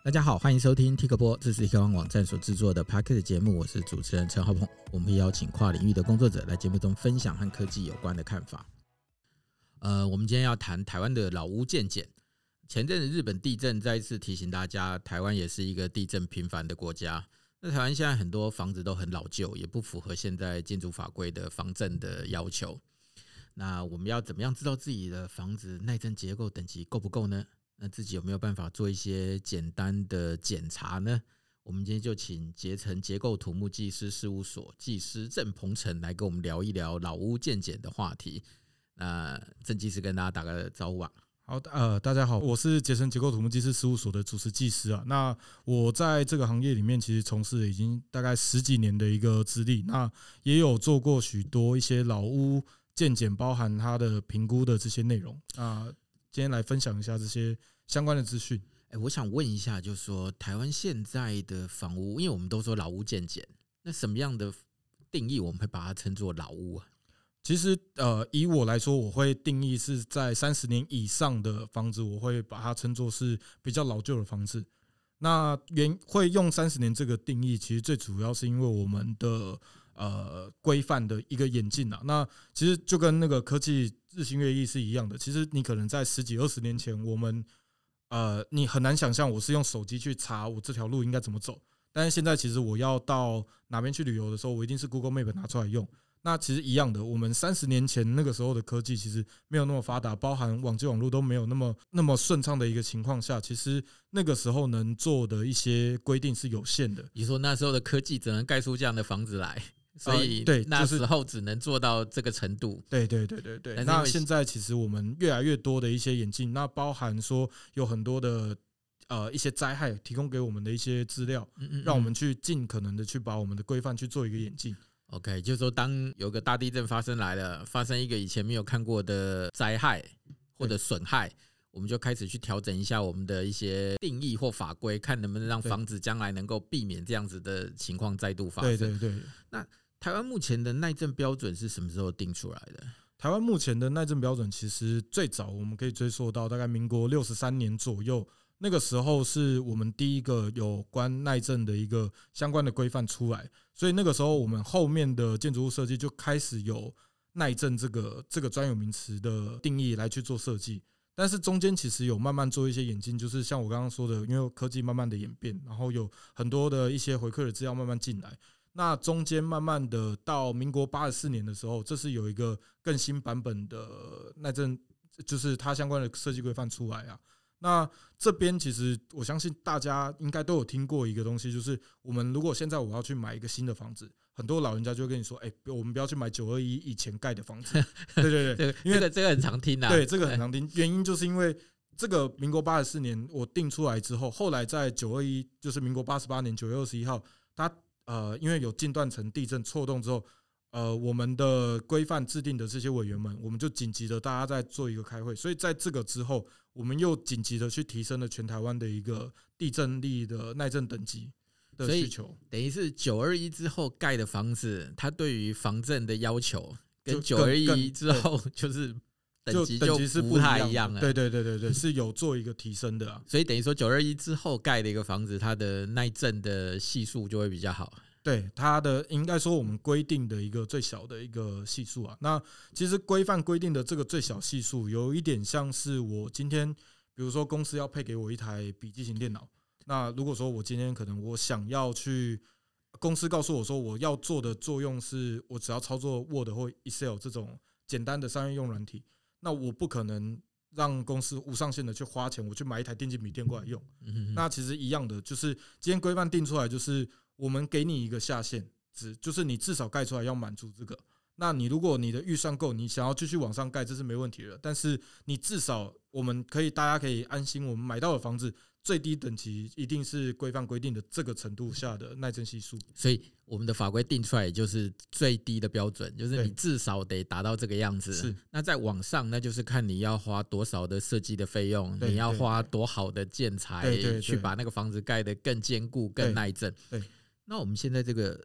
大家好，欢迎收听 Tik 播，这是 Tik 网站所制作的 Podcast 节目，我是主持人陈浩鹏。我们会邀请跨领域的工作者来节目中分享和科技有关的看法。我们今天要谈台湾的老屋建检。前阵子日本地震再一次提醒大家，台湾也是一个地震频繁的国家。那台湾现在很多房子都很老旧，也不符合现在建筑法规的防震的要求。那我们要怎么样知道自己的房子耐震结构等级够不够呢？那自己有没有办法做一些简单的检查呢？我们今天就请捷成结构土木技师事务所技师郑鹏程来跟我们聊一聊老屋建检的话题。那郑技师跟大家打个招呼吧。 好，大家好，我是捷成结构土木技师事务所的主持技师啊。那我在这个行业里面，其实从事了已经大概10几年的一个资历，那也有做过许多一些老屋建检，包含它的评估的这些内容啊。今天来分享一下这些相关的资讯。 我想问一下，就是说台湾现在的房屋，因为我们都说老屋建检，那什么样的定义我们会把它称作老屋啊？ 其实以我来说，我会定义是在30年以上的房子，我会把它称作是比较老旧的房子。那会用30年这个定义，其实最主要是因为我们的规范的一个演进啊。那其实就跟那个科技日新月异是一样的。其实你可能在10几20年前，我们你很难想象我是用手机去查我这条路应该怎么走。但是现在其实我要到哪边去旅游的时候，我一定是 Google Map 拿出来用。那其实一样的，我们30年前那个时候的科技其实没有那么发达，包含网际网络都没有那么顺畅的一个情况下，其实那个时候能做的一些规定是有限的。 你说那时候的科技只能盖出这样的房子来，所以那时候只能做到这个程度。 对。那现在其实我们越来越多的一些演进，那包含说有很多的一些灾害提供给我们的一些资料，让我们去尽可能的去把我们的规范去做一个演进。 OK， 就是说，当有个大地震发生一个以前没有看过的灾害或者损害，我们就开始去调整一下我们的一些定义或法规，看能不能让房子将来能够避免这样子的情况再度发生。 对。 那台湾目前的耐震标准是什么时候定出来的？ 台湾目前的耐震标准其实最早我们可以追溯到大概民国63年左右。那个时候是我们第一个有关耐震的一个相关的规范出来，所以那个时候我们后面的建筑物设计就开始有耐震这个专有名词的定义来去做设计。但是中间其实有慢慢做一些演进，就是像我刚刚说的，因为科技慢慢的演变，然后有很多的一些回馈的资料慢慢进来。那中间慢慢的到民国84年的时候，这是有一个更新版本的耐震，就是它相关的设计规范出来啊。那这边其实我相信大家应该都有听过一个东西，就是我们如果现在我要去买一个新的房子，很多老人家就会跟你说，我们不要去买921以前盖的房子。对，因为这个很常听啊。 对，这个很常听，原因就是因为这个民国84年我定出来之后，后来在921，就是民国88年9月21号，它因为有近断层地震错动之后，我们的规范制定的这些委员们，我们就紧急的大家在做一个开会，所以在这个之后，我们又紧急的去提升了全台湾的一个地震力的耐震等级的需求。 所以等于是921之后盖的房子，它对于防震的要求跟921之后就是等级就不太一样了。 对，是有做一个提升的啊。 所以等于说921之后盖的一个房子，它的耐震的系数就会比较好。 对，它的应该说我们规定的一个最小的一个系数啊。那其实规范规定的这个最小系数，有一点像是我今天，比如说公司要配给我一台笔记型电脑，那如果说我今天可能我想要去，公司告诉我说我要做的作用是我只要操作 Word 或 Excel 这种简单的商业用软体，那我不可能让公司无上限的去花钱，我去买一台电竞笔电过来用。那其实一样的，就是今天规范定出来，就是我们给你一个下限值，就是你至少盖出来要满足这个。那你如果你的预算够，你想要继续往上盖，这是没问题的。但是你至少大家可以安心，我们买到的房子最低等级一定是规范规定的这个程度下的耐震系数。 所以我们的法规定出来就是最低的标准，就是你至少得达到这个样子。 是， 那在往上，那就是看你要花多少的设计的费用，你要花多好的建材去把那个房子盖得更坚固、更耐震。 对。 那我们现在这个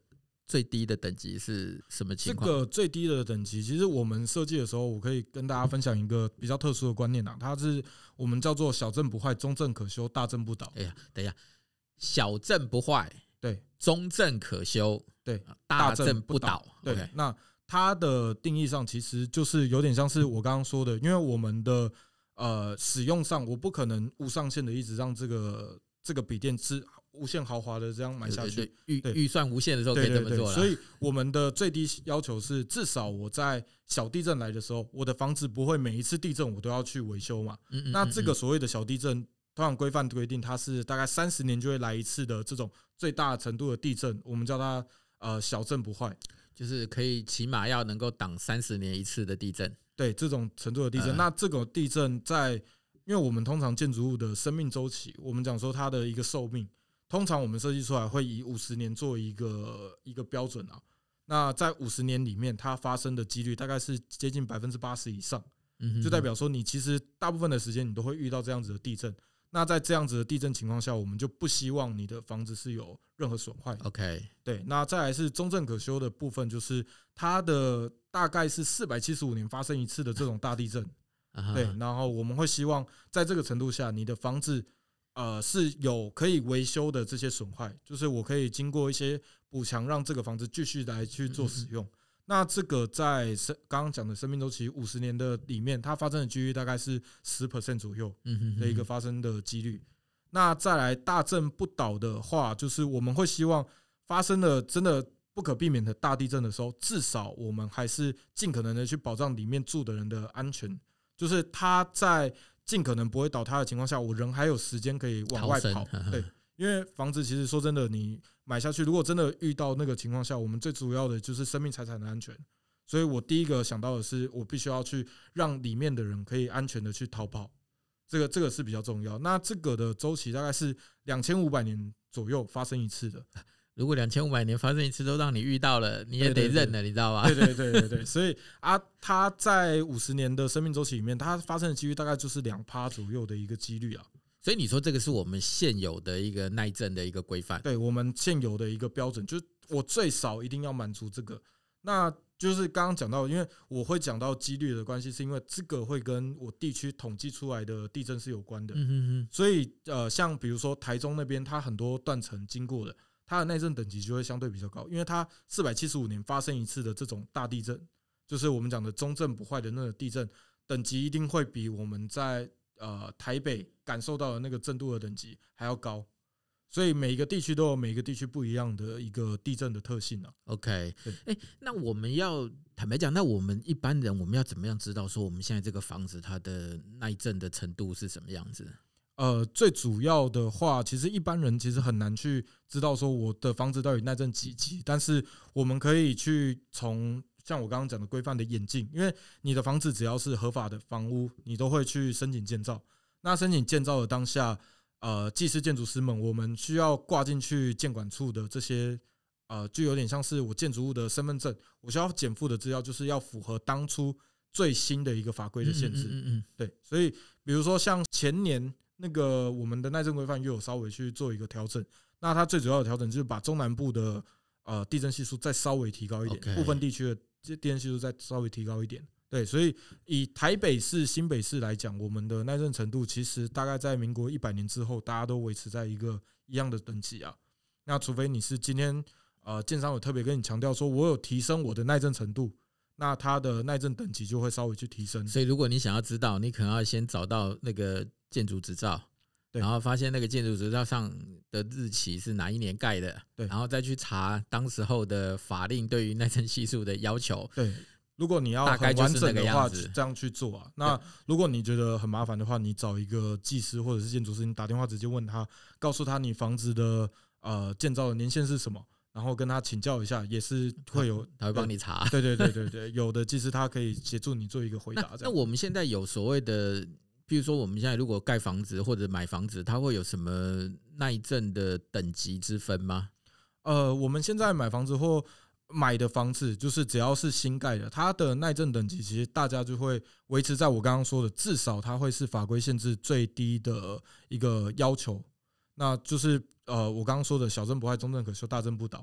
最低的等级是什么情这况？ 个最低的等级，其实我们设计的时候，我可以跟大家分享一个比较特殊的观念啊，它是我们叫做小正不坏，中正可修，大正不倒。 哎呀，等一下，小正不坏， 对， 中正可修， 对， 大正正不倒。 对 OK， 那它的定义上其实就是有点像是我刚刚说的，因为我们的使用上，我不可能无上限的一直让这个笔电是无限豪华的这样买下去。 预算无限的时候可以这么做了。 所以我们的最低要求是，至少我在小地震来的时候，我的房子不会每一次地震我都要去维修嘛。那这个所谓的小地震，通常规范规定它是大概30年就会来一次的这种最大程度的地震，我们叫它小震不坏， 就是可以起码要能够挡30年一次的地震。 对这种程度的地震，那这种地震在，因为我们通常建筑物的生命周期，我们讲说它的一个寿命，通常我们设计出来会以50年做一个标准啊。那在50年里面，它发生的几率大概是接近80%以上，就代表说你其实大部分的时间你都会遇到这样子的地震。那在这样子的地震情况下，我们就不希望你的房子是有任何损坏。 OK， 对，那再来是中正可修的部分，就是它的大概是475年发生一次的这种大地震。对，然后我们会希望在这个程度下，你的房子是有可以维修的这些损坏，就是我可以经过一些补强，让这个房子继续来去做使用。那这个在刚刚讲的生命周期50年的里面，它发生的几率大概是10% 左右的一个发生的几率。那再来大震不倒的话，就是我们会希望发生了真的不可避免的大地震的时候，至少我们还是尽可能的去保障里面住的人的安全，就是他在尽可能不会倒塌的情况下，我人还有时间可以往外跑。对，因为房子其实说真的，你买下去，如果真的遇到那个情况下，我们最主要的就是生命财产的安全。所以我第一个想到的是，我必须要去让里面的人可以安全的去逃跑，这个是比较重要。那这个的周期大概是2500年左右发生一次的。 如果2500年发生一次都让你遇到了，你也得认了，你知道吗？ 对，所以它在50年的生命周期里面，它发生的几率大概就是2%左右的一个几率啊。 所以你说这个是我们现有的一个耐震的一个规范， 对我们现有的一个标准，就是我最少一定要满足这个。那就是刚刚讲到，因为我会讲到几率的关系，是因为这个会跟我地区统计出来的地震是有关的。所以像比如说台中那边，它很多断层经过的，它的耐震等级就会相对比较高，因为它475年发生一次的这种大地震，就是我们讲的中震不坏的那个地震等级，一定会比我们在台北感受到的那个震度的等级还要高。所以每一个地区都有每一个地区不一样的一个地震的特性啊。 OK， 那我们要坦白讲，那我们一般人我们要怎么样知道说我们现在这个房子它的耐震的程度是什么样子？ 最主要的话，其实一般人其实很难去知道说我的房子到底耐震几级，但是我们可以去从像我刚刚讲的规范的演进，因为你的房子只要是合法的房屋，你都会去申请建造。那申请建造的当下，技师建筑师们，我们需要挂进去建管处的这些就有点像是我建筑物的身份证，我需要减负的资料，就是要符合当初最新的一个法规的限制。对，所以比如说像前年那个我们的耐震规范又有稍微去做一个调整，那它最主要的调整就是把中南部的地震系数再稍微提高一点，部分地区的地震系数再稍微提高一点。对，所以以台北市、新北市来讲，我们的耐震程度其实大概在民国100年之后，大家都维持在一个一样的等级啊。那除非你是今天建商有特别跟你强调说，我有提升我的耐震程度，那它的耐震等级就会稍微去提升。 所以如果你想要知道，你可能要先找到那个建筑执照，然后发现那个建筑执照上的日期是哪一年盖的，然后再去查当时候的法令对于耐震系数的要求。 对。如果你要很完整的话，这样去做啊。那如果你觉得很麻烦的话，你找一个技师或者是建筑师，你打电话直接问他，告诉他你房子的建造的年限是什么，然后跟他请教一下，也是会有他会帮你查。 对，有的技师他可以协助你做一个回答。 那我们现在有所谓的，比如说我们现在如果盖房子或者买房子，它会有什么耐震的等级之分吗？ 我们现在买房子或买的房子，就是只要是新盖的，它的耐震等级其实大家就会维持在我刚刚说的，至少它会是法规限制最低的一个要求。那就是我刚刚说的小震不坏，中震可修，大震不倒。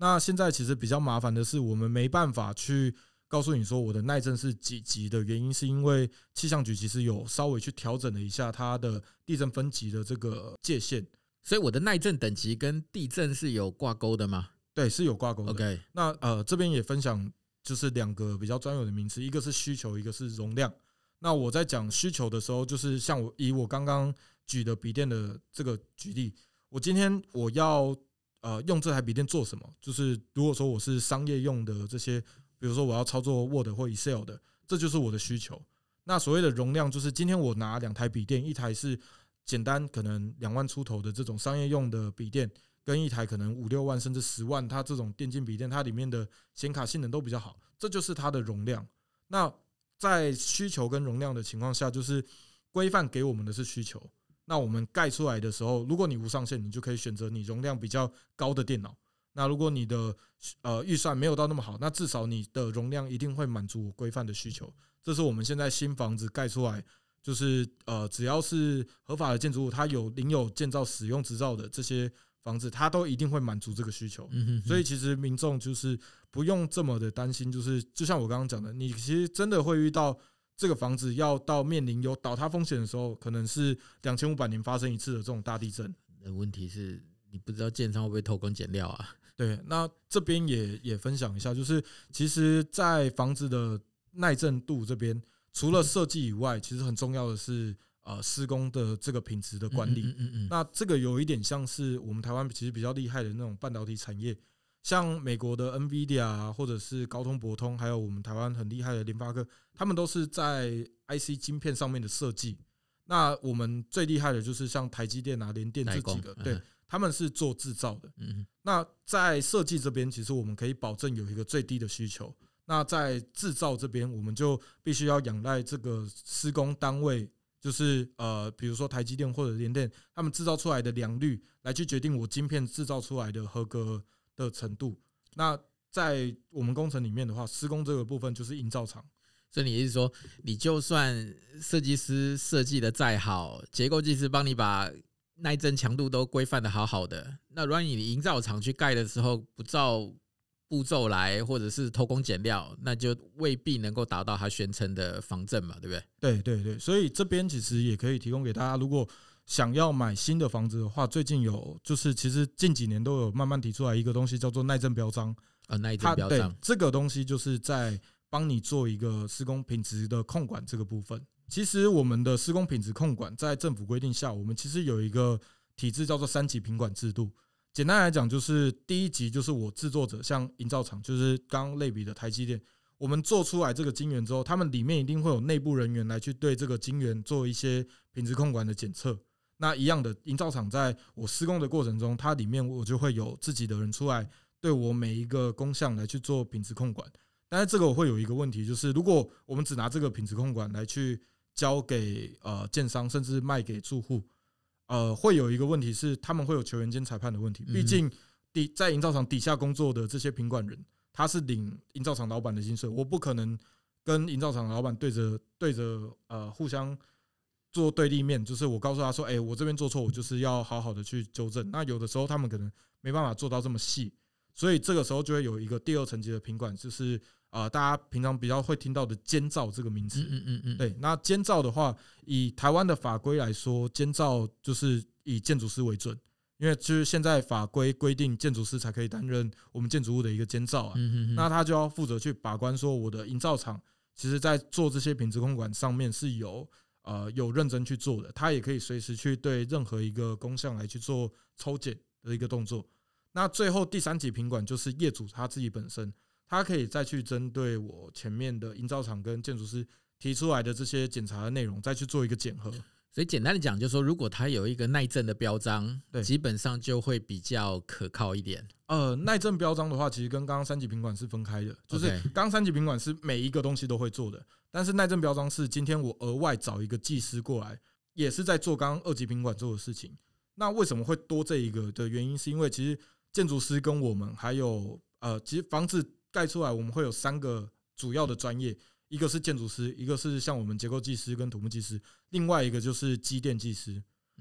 那现在其实比较麻烦的是，我们没办法去告诉你说我的耐震是几级的原因，是因为气象局其实有稍微去调整了一下它的地震分级的这个界限。 所以我的耐震等级跟地震是有挂钩的吗？ 对，是有挂钩的。 OK， 那这边也分享就是2个比较专有的名词，一个是需求，一个是容量。那我在讲需求的时候，就是像以我刚刚举的笔电的这个举例，我今天我要用这台笔电做什么？就是如果说我是商业用的这些，比如说我要操作 Word 或 Excel 的，这就是我的需求。那所谓的容量，就是今天我拿2台笔电，一台是简单可能2万出头的这种商业用的笔电，跟一台可能5、6万甚至10万，它这种电竞笔电，它里面的显卡性能都比较好，这就是它的容量。那在需求跟容量的情况下，就是规范给我们的是需求。那我们盖出来的时候，如果你无上限，你就可以选择你容量比较高的电脑。那如果你的预算没有到那么好，那至少你的容量一定会满足我规范的需求。这是我们现在新房子盖出来，就是只要是合法的建筑物，它领有建造使用执照的这些房子，它都一定会满足这个需求。所以其实民众就是不用这么的担心，就是就像我刚刚讲的，你其实真的会遇到这个房子要到面临有倒塌风险的时候，可能是2500年发生一次的这种大地震。 问题是你不知道建商会不会偷工减料啊？ 对，那这边也分享一下，就是其实，在房子的耐震度这边，除了设计以外，其实很重要的是施工的这个品质的管理。那这个有一点像是我们台湾其实比较厉害的那种半导体产业，像美国的 NVIDIA 啊，或者是高通、博通，还有我们台湾很厉害的联发科，他们都是在 IC 晶片上面的设计。那我们最厉害的就是像台积电啊、联电这几个，对，他们是做制造的。那在设计这边，其实我们可以保证有一个最低的需求。那在制造这边，我们就必须要仰赖这个施工单位，就是比如说台积电或者联电，他们制造出来的良率来去决定我晶片制造出来的合格的程度。那在我们工程里面的话，施工这个部分就是营造厂。 所以你意思说，你就算设计师设计的再好，结构技师帮你把耐震强度都规范的好好的，那如果你营造厂去盖的时候不照步骤来，或者是偷工减料，那就未必能够达到他宣称的防震嘛，对不对？ 对对对，所以这边其实也可以提供给大家，如果想要买新的房子的话，最近有就是其实近几年都有慢慢提出来一个东西叫做耐震标章。 耐震标章这个东西就是在帮你做一个施工品质的控管这个部分。其实我们的施工品质控管在政府规定下，我们其实有一个体制叫做3级品管制度。简单来讲，就是第1级就是我制作者，像营造厂，就是刚刚类比的台积电，我们做出来这个晶圆之后，他们里面一定会有内部人员来去对这个晶圆做一些品质控管的检测。那一样的，营造厂在我施工的过程中，它里面我就会有自己的人出来对我每一个工项来去做品质控管。但是这个我会有一个问题，就是如果我们只拿这个品质控管来去交给建商，甚至卖给住户，会有一个问题是，他们会有球员兼裁判的问题。毕竟在营造厂底下工作的这些品管人，他是领营造厂老板的薪水，我不可能跟营造厂老板对着互相做对立面，就是我告诉他说，我这边做错，我就是要好好的去纠正。那有的时候他们可能没办法做到这么细，所以这个时候就会有一个第2层级的品管，就是大家平常比较会听到的监造这个名词。对，那监造的话，以台湾的法规来说，监造就是以建筑师为准，因为就是现在法规规定建筑师才可以担任我们建筑物的一个监造啊。那他就要负责去把关，说我的营造厂其实在做这些品质控管上面是有认真去做的，他也可以随时去对任何一个工项来去做抽检的一个动作。那最后第3级品管就是业主他自己本身，他可以再去针对我前面的营造厂跟建筑师提出来的这些检查的内容，再去做一个检核。 所以简单的讲，就是说，如果它有一个耐震的标章，基本上就会比较可靠一点。 耐震标章的话，其实跟刚刚3级品管是分开的，就是刚刚3级品管是每一个东西都会做的，但是耐震标章是今天我额外找一个技师过来，也是在做刚刚2级品管做的事情。那为什么会多这一个的原因，是因为其实建筑师跟我们还有其实房子盖出来，我们会有3个主要的专业，一个是建筑师，一个是像我们结构技师跟土木技师，另外一个就是机电技师。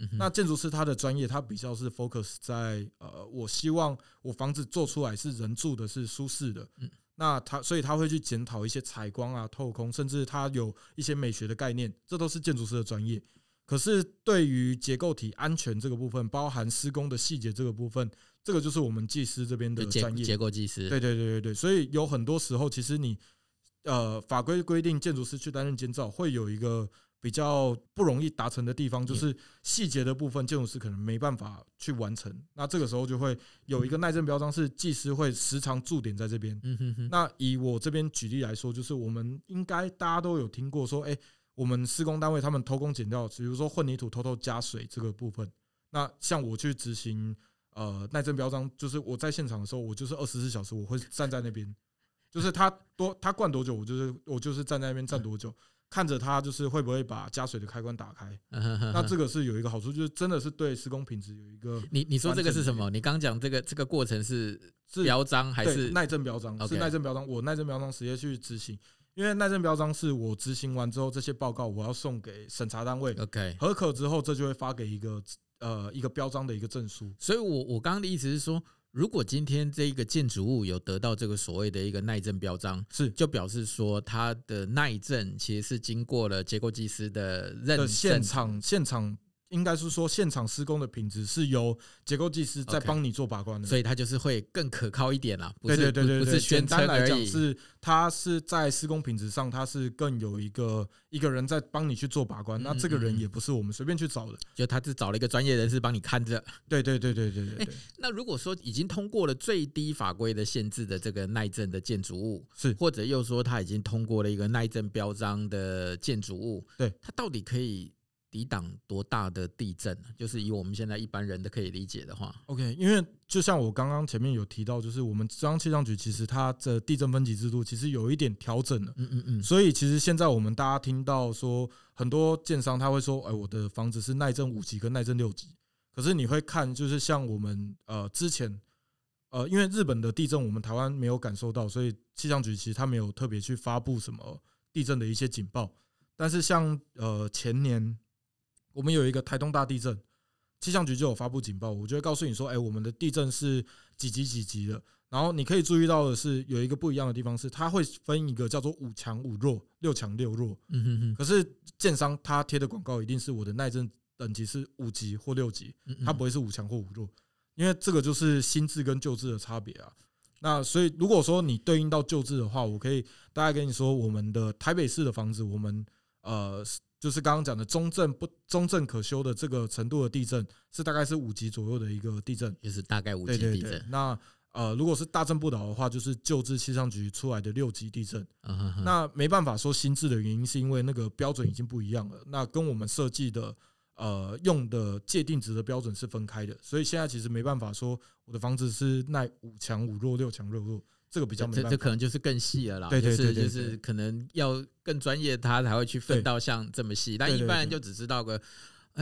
那建筑师他的专业，他比较是 focus 在我希望我房子做出来是人住的，是舒适的。那所以他会去检讨一些采光啊、透空，甚至他有一些美学的概念，这都是建筑师的专业。可是对于结构体安全这个部分，包含施工的细节这个部分，这个就是我们技师这边的专业， 结构技师。 对，所以有很多时候，其实你法规规定建筑师去担任监造，会有一个比较不容易达成的地方，就是细节的部分，建筑师可能没办法去完成。那这个时候就会有一个耐震标章，是技师会时常驻点在这边。那以我这边举例来说，就是我们应该大家都有听过说，我们施工单位他们偷工减料，比如说混凝土偷偷加水这个部分。那像我去执行耐震标章，就是我在现场的时候，我就是24小时我会站在那边，就是他灌多久，我就是站在那边站多久。看着它就是会不会把加水的开关打开，那这个是有一个好处，就是真的是对施工品质有一个。 你说这个是什么？你刚讲这个过程是标章还是耐震标章？是耐震标章，我耐震标章直接去执行，因为耐震标章是我执行完之后，这些报告我要送给审查单位，核可之后，这就会发给一个标章的一个证书。 所以我刚刚的意思是说，如果今天这个建筑物有得到这个所谓的一个耐震标章，就表示说它的耐震其实是经过了结构技师的认证。 现场应该是说现场施工的品质是由结构技师在帮你做把关的， 所以它就是会更可靠一点啦。不是宣称而已， 是它是在施工品质上，它是更有一个人在帮你去做把关。那这个人也不是我们随便去找的， 就他是找了一个专业人士帮你看着。 对。 那如果说已经通过了最低法规的限制的这个耐震的建筑物，或者又说它已经通过了一个耐震标章的建筑物，它到底可以抵挡多大的地震？就是以我们现在一般人的可以理解的话 ，OK， 因为就像我刚刚前面有提到，就是我们中央气象局其实它的地震分级制度其实有一点调整了，所以其实现在我们大家听到说很多建商他会说，我的房子是耐震5级跟耐震6级，可是你会看就是像我们之前因为日本的地震我们台湾没有感受到，所以气象局其实它没有特别去发布什么地震的一些警报，但是像前年。我们有一个台东大地震，气象局就有发布警报，我就会告诉你说，我们的地震是几级的。然后你可以注意到的是，有一个不一样的地方是，它会分一个叫做5强5弱、6强6弱。可是建商他贴的广告一定是我的耐震等级是5级或6级，它不会是5强或5弱，因为这个就是新制跟旧制的差别啊。那所以如果说你对应到旧制的话，我可以大概跟你说，我们的台北市的房子，我们就是刚刚讲的中正可修的这个程度的地震，是大概是5级左右的一个地震， 就是大概5级地震。 那如果是大震不倒的话，就是旧制气象局出来的6级地震。那没办法说新制的原因，是因为那个标准已经不一样了，那跟我们设计的用的界定值的标准是分开的，所以现在其实没办法说我的房子是耐5强5弱、6强6弱。这个比较没办法， 这可能就是更细了啦。就是可能要更专业，他才会去分到像这么细。但一般人就只知道个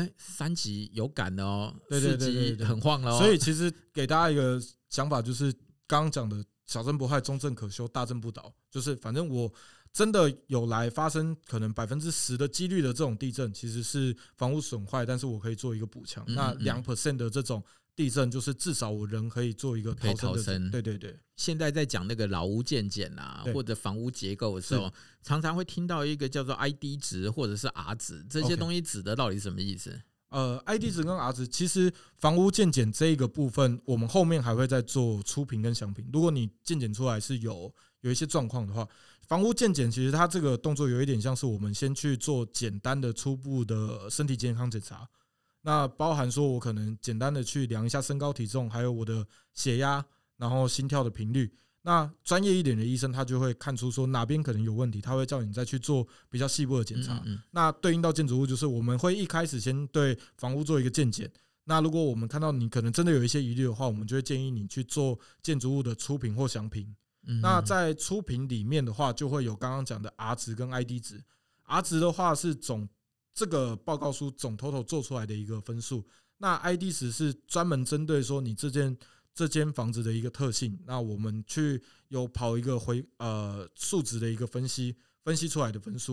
，3级有感的哦，4级很晃了哦。 所以其实给大家一个想法，就是刚刚讲的小震不坏，中震可修，大震不倒。就是反正我真的有来发生可能10%的几率的这种地震，其实是房屋损坏，但是我可以做一个补强。那2% 的这种地震，就是至少我人可以做一个逃生。对。 现在在讲那个老屋建检啊，或者房屋结构的时候，常常会听到一个叫做 ID 值或者是 R 值，这些东西指的到底是什么意思 ？ID 值跟 R 值，其实房屋建检这一个部分，我们后面还会再做初评跟详评。如果你建检出来是有一些状况的话，房屋建检其实它这个动作有一点像是我们先去做简单的初步的身体健康检查。那包含说我可能简单的去量一下身高体重，还有我的血压，然后心跳的频率。那专业一点的医生他就会看出说哪边可能有问题，他会叫你再去做比较细部的检查。那对应到建筑物，就是我们会一开始先对房屋做一个健检。那如果我们看到你可能真的有一些疑虑的话，我们就会建议你去做建筑物的初评或详评。那在初评里面的话，就会有刚刚讲的 R 值跟 ID 值。R 值的话是这个报告书总 total 做出来的一个分数，那 ID 值是专门针对说你这间房子的一个特性，那我们去有跑一个数值的一个分析出来的分数。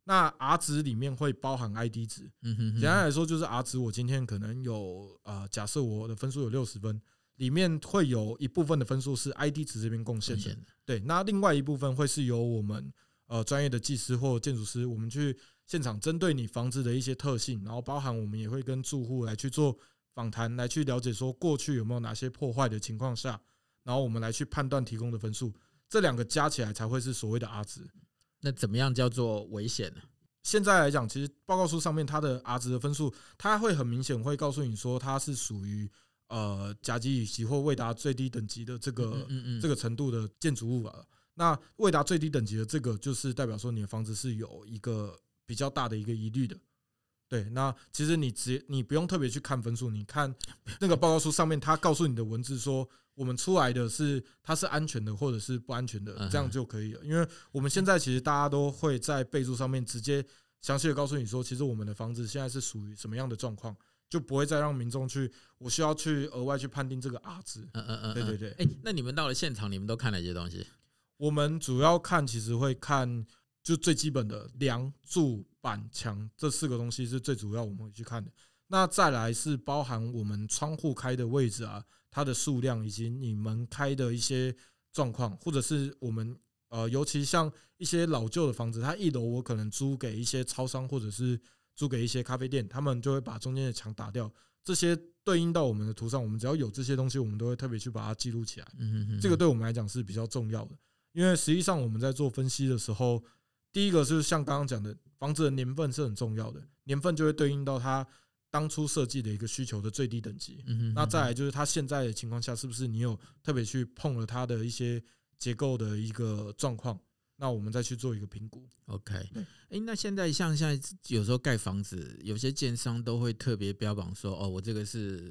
那 R 值里面会包含 ID 值，简单来说就是 R 值，我今天可能有假设我的分数有60分，里面会有一部分的分数是 ID 值这边贡献的，对，那另外一部分会是由我们专业的技师或建筑师，我们去现场针对你房子的一些特性，然后包含我们也会跟住户来去做访谈，来去了解说过去有没有哪些破坏的情况下，然后我们来去判断提供的分数，这两个加起来才会是所谓的 R 值。 那怎么样叫做危险呢？ 现在来讲，其实报告书上面它的 R 值的分数，它会很明显会告诉你说它是属于甲级乙级或未达最低等级的这个程度的建筑物啊。那未达最低等级的这个，就是代表说你的房子是有一个比较大的一个疑虑的。对，那其实你不用特别去看分数，你看那个报告书上面，它告诉你的文字说，我们出来的是它是安全的或者是不安全的，这样就可以了。因为我们现在其实大家都会在备注上面直接详细的告诉你说，其实我们的房子现在是属于什么样的状况，就不会再让民众我需要去额外去判定这个 R 值。对对对。 那你们到了现场，你们都看哪些东西？ 我们主要看，其实会看就最基本的梁、柱、板、墙这4个东西是最主要我们会去看的。那再来是包含我们窗户开的位置啊，它的数量以及你门开的一些状况，或者是我们尤其像一些老旧的房子，它1楼我可能租给一些超商或者是租给一些咖啡店，他们就会把中间的墙打掉。这些对应到我们的图上，我们只要有这些东西，我们都会特别去把它记录起来。这个对我们来讲是比较重要的。因为实际上我们在做分析的时候，第一个是像刚刚讲的，房子的年份是很重要的，年份就会对应到它当初设计的一个需求的最低等级。那再来就是它现在的情况下，是不是你有特别去碰了它的一些结构的一个状况，那我们再去做一个评估。 OK， 那现在像现在有时候盖房子，有些建商都会特别标榜说，我这个是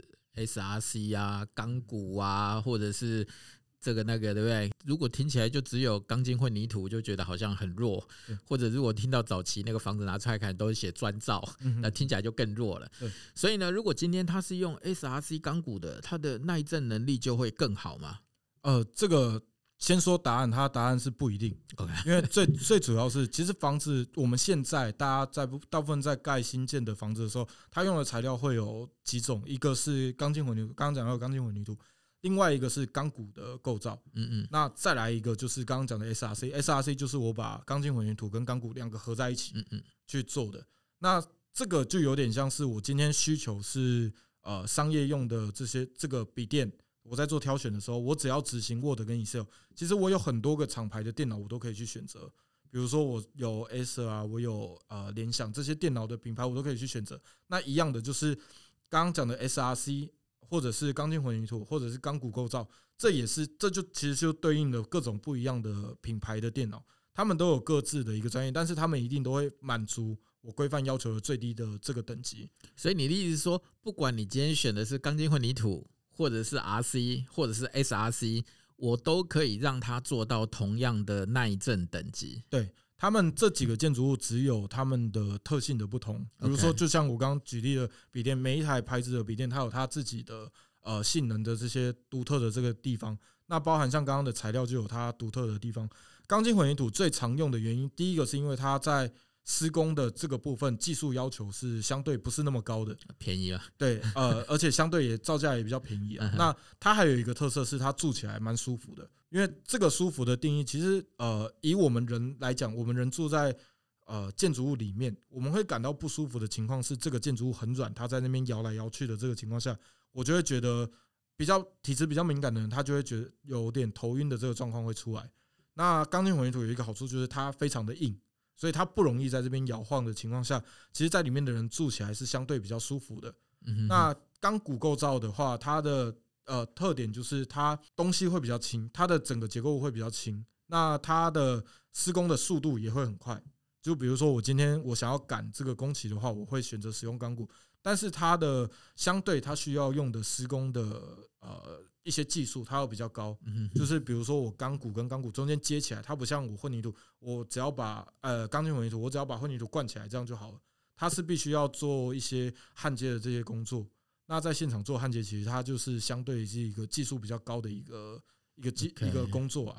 SRC 啊、钢骨啊，或者是这个那个，对不对？如果听起来就只有钢筋混凝土，就觉得好像很弱；或者如果听到早期那个房子拿出来看，都是写砖造，那听起来就更弱了。所以呢，如果今天它是用 SRC 钢骨的，它的耐震能力就会更好吗？ 这个先说答案，它的答案是不一定。因为最主要是，其实房子我们现在大部分在盖新建的房子的时候，它用的材料会有几种，一个是钢筋混凝土，刚刚讲到钢筋混凝土。另外一个是钢骨的构造，那再来一个就是刚刚讲的 SRC 就是我把钢筋混凝土跟钢骨2个合在一起去做的。那这个就有点像是我今天需求是商业用的这个笔电，我在做挑选的时候，我只要执行 Word 跟 Excel， 其实我有很多个厂牌的电脑我都可以去选择。比如说我有 Acer 啊，我有联想这些电脑的品牌我都可以去选择。那一样的就是刚刚讲的 SRC。或者是钢筋混凝土，或者是钢骨构造，这就其实就对应了各种不一样的品牌的电脑，他们都有各自的一个专业，但是他们一定都会满足我规范要求的最低的这个等级。 所以你的意思是说，不管你今天选的是钢筋混凝土，或者是 RC， 或者是 SRC， 我都可以让它做到同样的耐震等级。 对。他们这几个建筑物只有他们的特性的不同，比如说，就像我刚刚举例的笔电，每一台牌子的笔电，它有它自己的性能的这些独特的这个地方。那包含像刚刚的材料就有它独特的地方。钢筋混凝土最常用的原因，第一个是因为它在施工的这个部分技术要求是相对不是那么高的， 便宜啊。 对，而且相对也造价也比较便宜啊。那它还有一个特色是它住起来蛮舒服的，因为这个舒服的定义，其实以我们人来讲，我们人住在建筑物里面，我们会感到不舒服的情况是这个建筑物很软，它在那边摇来摇去的这个情况下，我就会觉得体质比较敏感的人，他就会觉得有点头晕的这个状况会出来。那钢筋混凝土有一个好处就是它非常的硬，所以它不容易在这边摇晃的情况下，其实在里面的人住起来是相对比较舒服的。那钢骨构造的话，它的特点就是它东西会比较轻，它的整个结构物会比较轻，那它的施工的速度也会很快。就比如说我今天我想要赶这个工期的话，我会选择使用钢骨，但是它的相对它需要用的施工的一些技术，它要比较高。就是比如说我钢骨跟钢骨中间接起来，它不像我混凝土，我只要把钢筋混凝土，我只要把混凝土灌起来这样就好了。它是必须要做一些焊接的这些工作。那在现场做焊接，其实它就是相对是一个技术比较高的一个工作啊。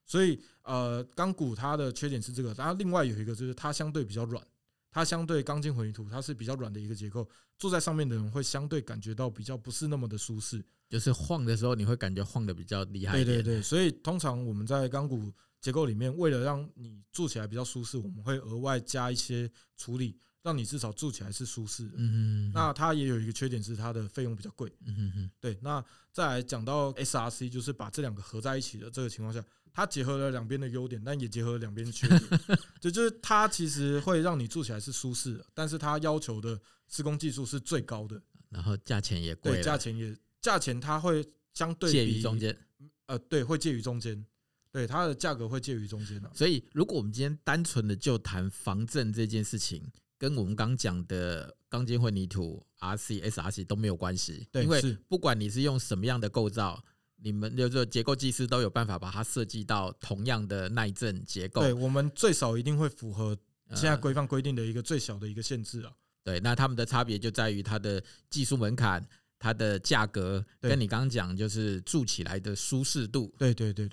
所以钢骨它的缺点是这个，然后另外有一个就是它相对比较软，它相对钢筋混凝土它是比较软的一个结构，坐在上面的人会相对感觉到比较不是那么的舒适， 就是晃的时候你会感觉晃的比较厉害一点。 对对对，所以通常我们在钢骨结构里面，为了让你住起来比较舒适，我们会额外加一些处理，让你至少住起来是舒适的。那它也有一个缺点是它的费用比较贵。对，那再来讲到 SRC， 就是把这两个合在一起的这个情况下，它结合了两边的优点，但也结合了两边的缺点。就是它其实会让你住起来是舒适的，但是它要求的施工技术是最高的， 然后价钱也贵了， 对，价钱它会相对介于中间， 对，会介于中间。对，它的价格会介于中间所以，如果我们今天单纯的就谈防震这件事情，跟我们刚讲的钢筋混凝土、RC、SRC 都没有关系，因为不管你是用什么样的构造，你们就是结构技师都有办法把它设计到同样的耐震结构。 对，我们最少一定会符合现在规范规定的一个最小的一个限制啊。 对，那他们的差别就在于它的技术门槛。它的价格跟你刚刚讲就是住起来的舒适度。 对。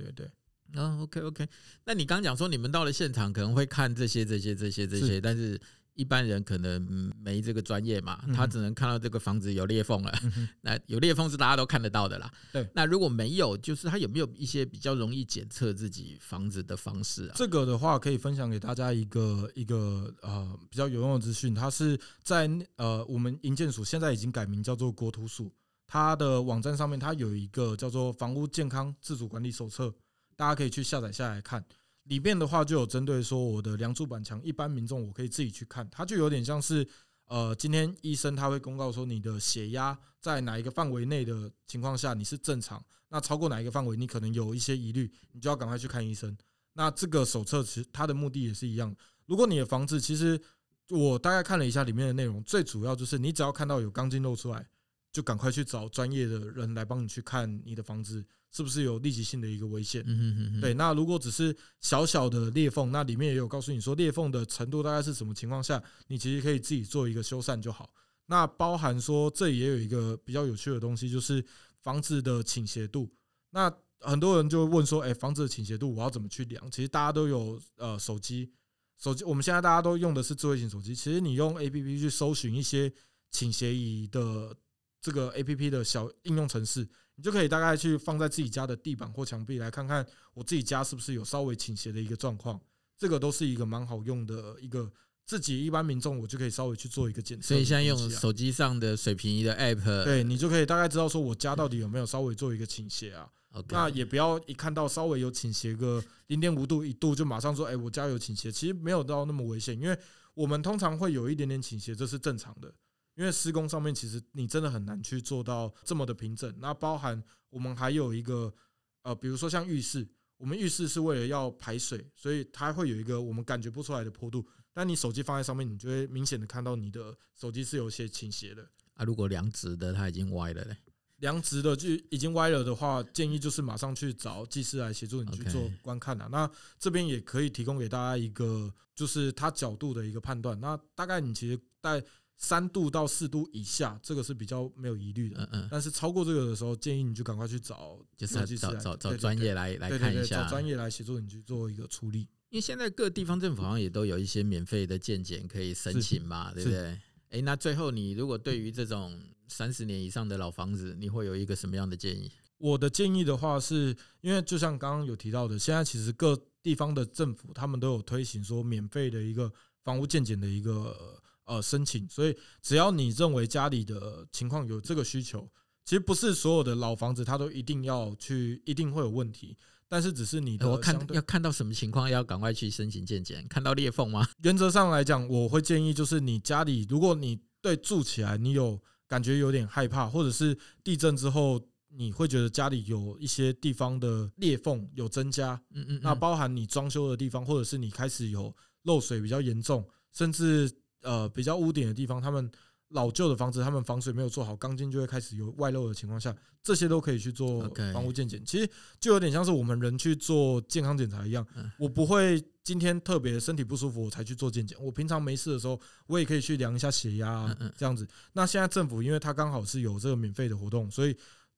OK。那你刚刚讲说你们到了现场可能会看这些，但是一般人可能没这个专业嘛，他只能看到这个房子有裂缝了。那有裂缝是大家都看得到的啦。 对。 那如果没有，就是他有没有一些比较容易检测自己房子的方式啊？ 这个的话可以分享给大家一个比较有用的资讯，它是在我们营建署现在已经改名叫做国土署，它的网站上面它有一个叫做房屋健康自主管理手册，大家可以去下载下来看。里面的话就有针对说我的梁柱板墙，一般民众我可以自己去看，它就有点像是今天医生他会公告说你的血压在哪一个范围内的情况下你是正常，那超过哪一个范围你可能有一些疑虑，你就要赶快去看医生。那这个手册其实它的目的也是一样，如果你的房子其实我大概看了一下里面的内容，最主要就是你只要看到有钢筋露出来，就赶快去找专业的人来帮你去看你的房子是不是有立即性的一个危险。对，那如果只是小小的裂缝，那里面也有告诉你说裂缝的程度大概是什么情况下，你其实可以自己做一个修缮就好。那包含说这也有一个比较有趣的东西，就是房子的倾斜度。那很多人就会问说，房子的倾斜度我要怎么去量？其实大家都有手机，我们现在大家都用的是智慧型手机，其实你用 APP 去搜寻一些倾斜仪的这个 APP 的小应用程式，你就可以大概去放在自己家的地板或墙壁来看看我自己家是不是有稍微倾斜的一个状况，这个都是一个蛮好用的一个，自己一般民众我就可以稍微去做一个检测。 所以现在用手机上的水平仪的 App， 对，你就可以大概知道说我家到底有没有稍微做一个倾斜啊。那也不要一看到稍微有倾斜个 0.5 度1度就马上说我家有倾斜，其实没有到那么危险，因为我们通常会有一点点倾斜，这是正常的。因为施工上面其实你真的很难去做到这么的平整，那包含我们还有一个比如说像浴室，我们浴室是为了要排水，所以它会有一个我们感觉不出来的坡度，但你手机放在上面，你就会明显的看到你的手机是有些倾斜的。 如果量直的它已经歪了嘞， 量直的就已经歪了的话，建议就是马上去找技师来协助你去做观看啊。那这边也可以提供给大家一个就是它角度的一个判断，那大概你其实在3度到4度以下，这个是比较没有疑虑的。但是超过这个的时候，建议你就赶快去找， 就是找专业来看一下， 找专业来协助你去做一个处理。 因为现在各地方政府好像也都有一些免费的健检可以申请嘛，对不对？那最后你如果对于这种30年以上的老房子，你会有一个什么样的建议？ 我的建议的话是，因为就像刚刚有提到的，现在其实各地方的政府他们都有推行说免费的一个房屋健检的一个申请，所以只要你认为家里的情况有这个需求，其实不是所有的老房子它都一定会有问题，但是只是你的要看到什么情况要赶快去申请健检，看到裂缝吗？ 原则上来讲，我会建议就是你家里，如果你对住起来你有感觉有点害怕，或者是地震之后你会觉得家里有一些地方的裂缝有增加，那包含你装修的地方，或者是你开始有漏水比较严重，甚至比较污点的地方，他们老旧的房子，他们防水没有做好，钢筋就会开始有外漏的情况下，这些都可以去做房屋健检。其实就有点像是我们人去做健康检查一样，我不会今天特别身体不舒服我才去做健检，我平常没事的时候，我也可以去量一下血压这样子。那现在政府因为它刚好是有这个免费的活动，所以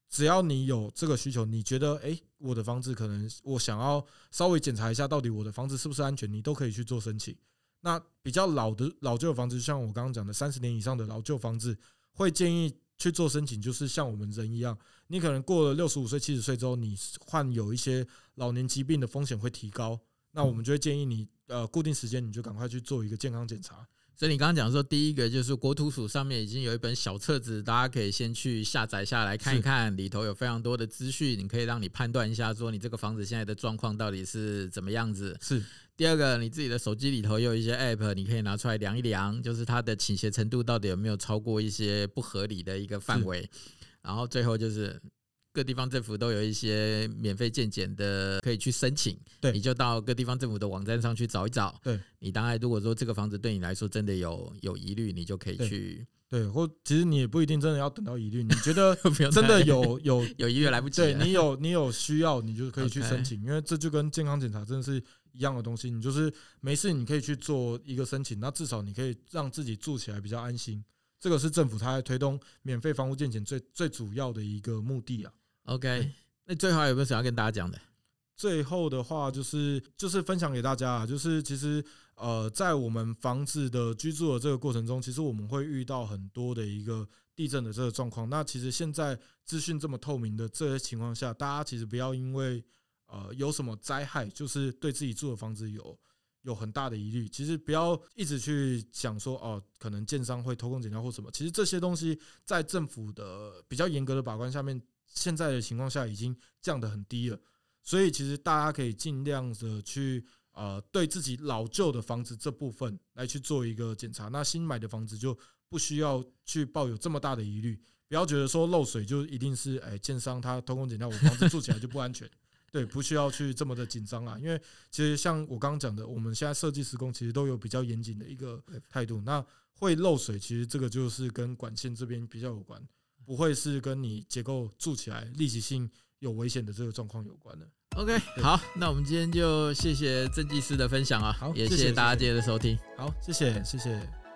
只要你有这个需求，你觉得我的房子可能我想要稍微检查一下，到底我的房子是不是安全，你都可以去做申请。那比较老旧的房子，像我刚刚讲的30年以上的老旧房子，会建议去做申请，就是像我们人一样，你可能过了65岁、70岁之后，你患有一些老年疾病的风险会提高，那我们就会建议你固定时间你就赶快去做一个健康检查。 所以你刚刚讲说，第一个就是国土署上面已经有一本小册子，大家可以先去下载下来看一看，里头有非常多的资讯，你可以让你判断一下，说你这个房子现在的状况到底是怎么样子。 是。 第二个，你自己的手机里头也有一些 App， 你可以拿出来量一量，就是它的倾斜程度到底有没有超过一些不合理的一个范围。然后最后就是各地方政府都有一些免费健检的可以去申请，你就到各地方政府的网站上去找一找。 对， 你当然如果说这个房子对你来说真的有疑虑，你就可以去。 对，或其实你也不一定真的要等到疑虑，你觉得真的有疑虑来不及了， 对你有需要，你就可以去申请，因为这就跟健康检查真的是一样的东西。你就是没事，你可以去做一个申请，那至少你可以让自己住起来比较安心。这个是政府它在推动免费房屋健检最主要的一个目的啊。 OK， 那最后还有没有想要跟大家讲的？ 最后的话就是分享给大家啊，就是其实在我们房子的居住的这个过程中，其实我们会遇到很多的一个地震的这个状况。那其实现在资讯这么透明的这些情况下，大家其实不要因为有什么灾害，就是对自己住的房子有很大的疑虑，其实不要一直去想说可能建商会偷工减料或什么。其实这些东西在政府的比较严格的把关下面，现在的情况下已经降得很低了。所以其实大家可以尽量的去对自己老旧的房子这部分来去做一个检查。那新买的房子就不需要去抱有这么大的疑虑，不要觉得说漏水就一定是建商他偷工减料，我房子住起来就不安全。对，不需要去这么的紧张啦，因为其实像我刚刚讲的，我们现在设计施工其实都有比较严谨的一个态度。那会漏水，其实这个就是跟管线这边比较有关，不会是跟你结构住起来立即性有危险的这个状况有关的。 OK， 好，那我们今天就谢谢郑技师的分享啊， 好， 也谢谢大家今天的收听。 好，谢谢。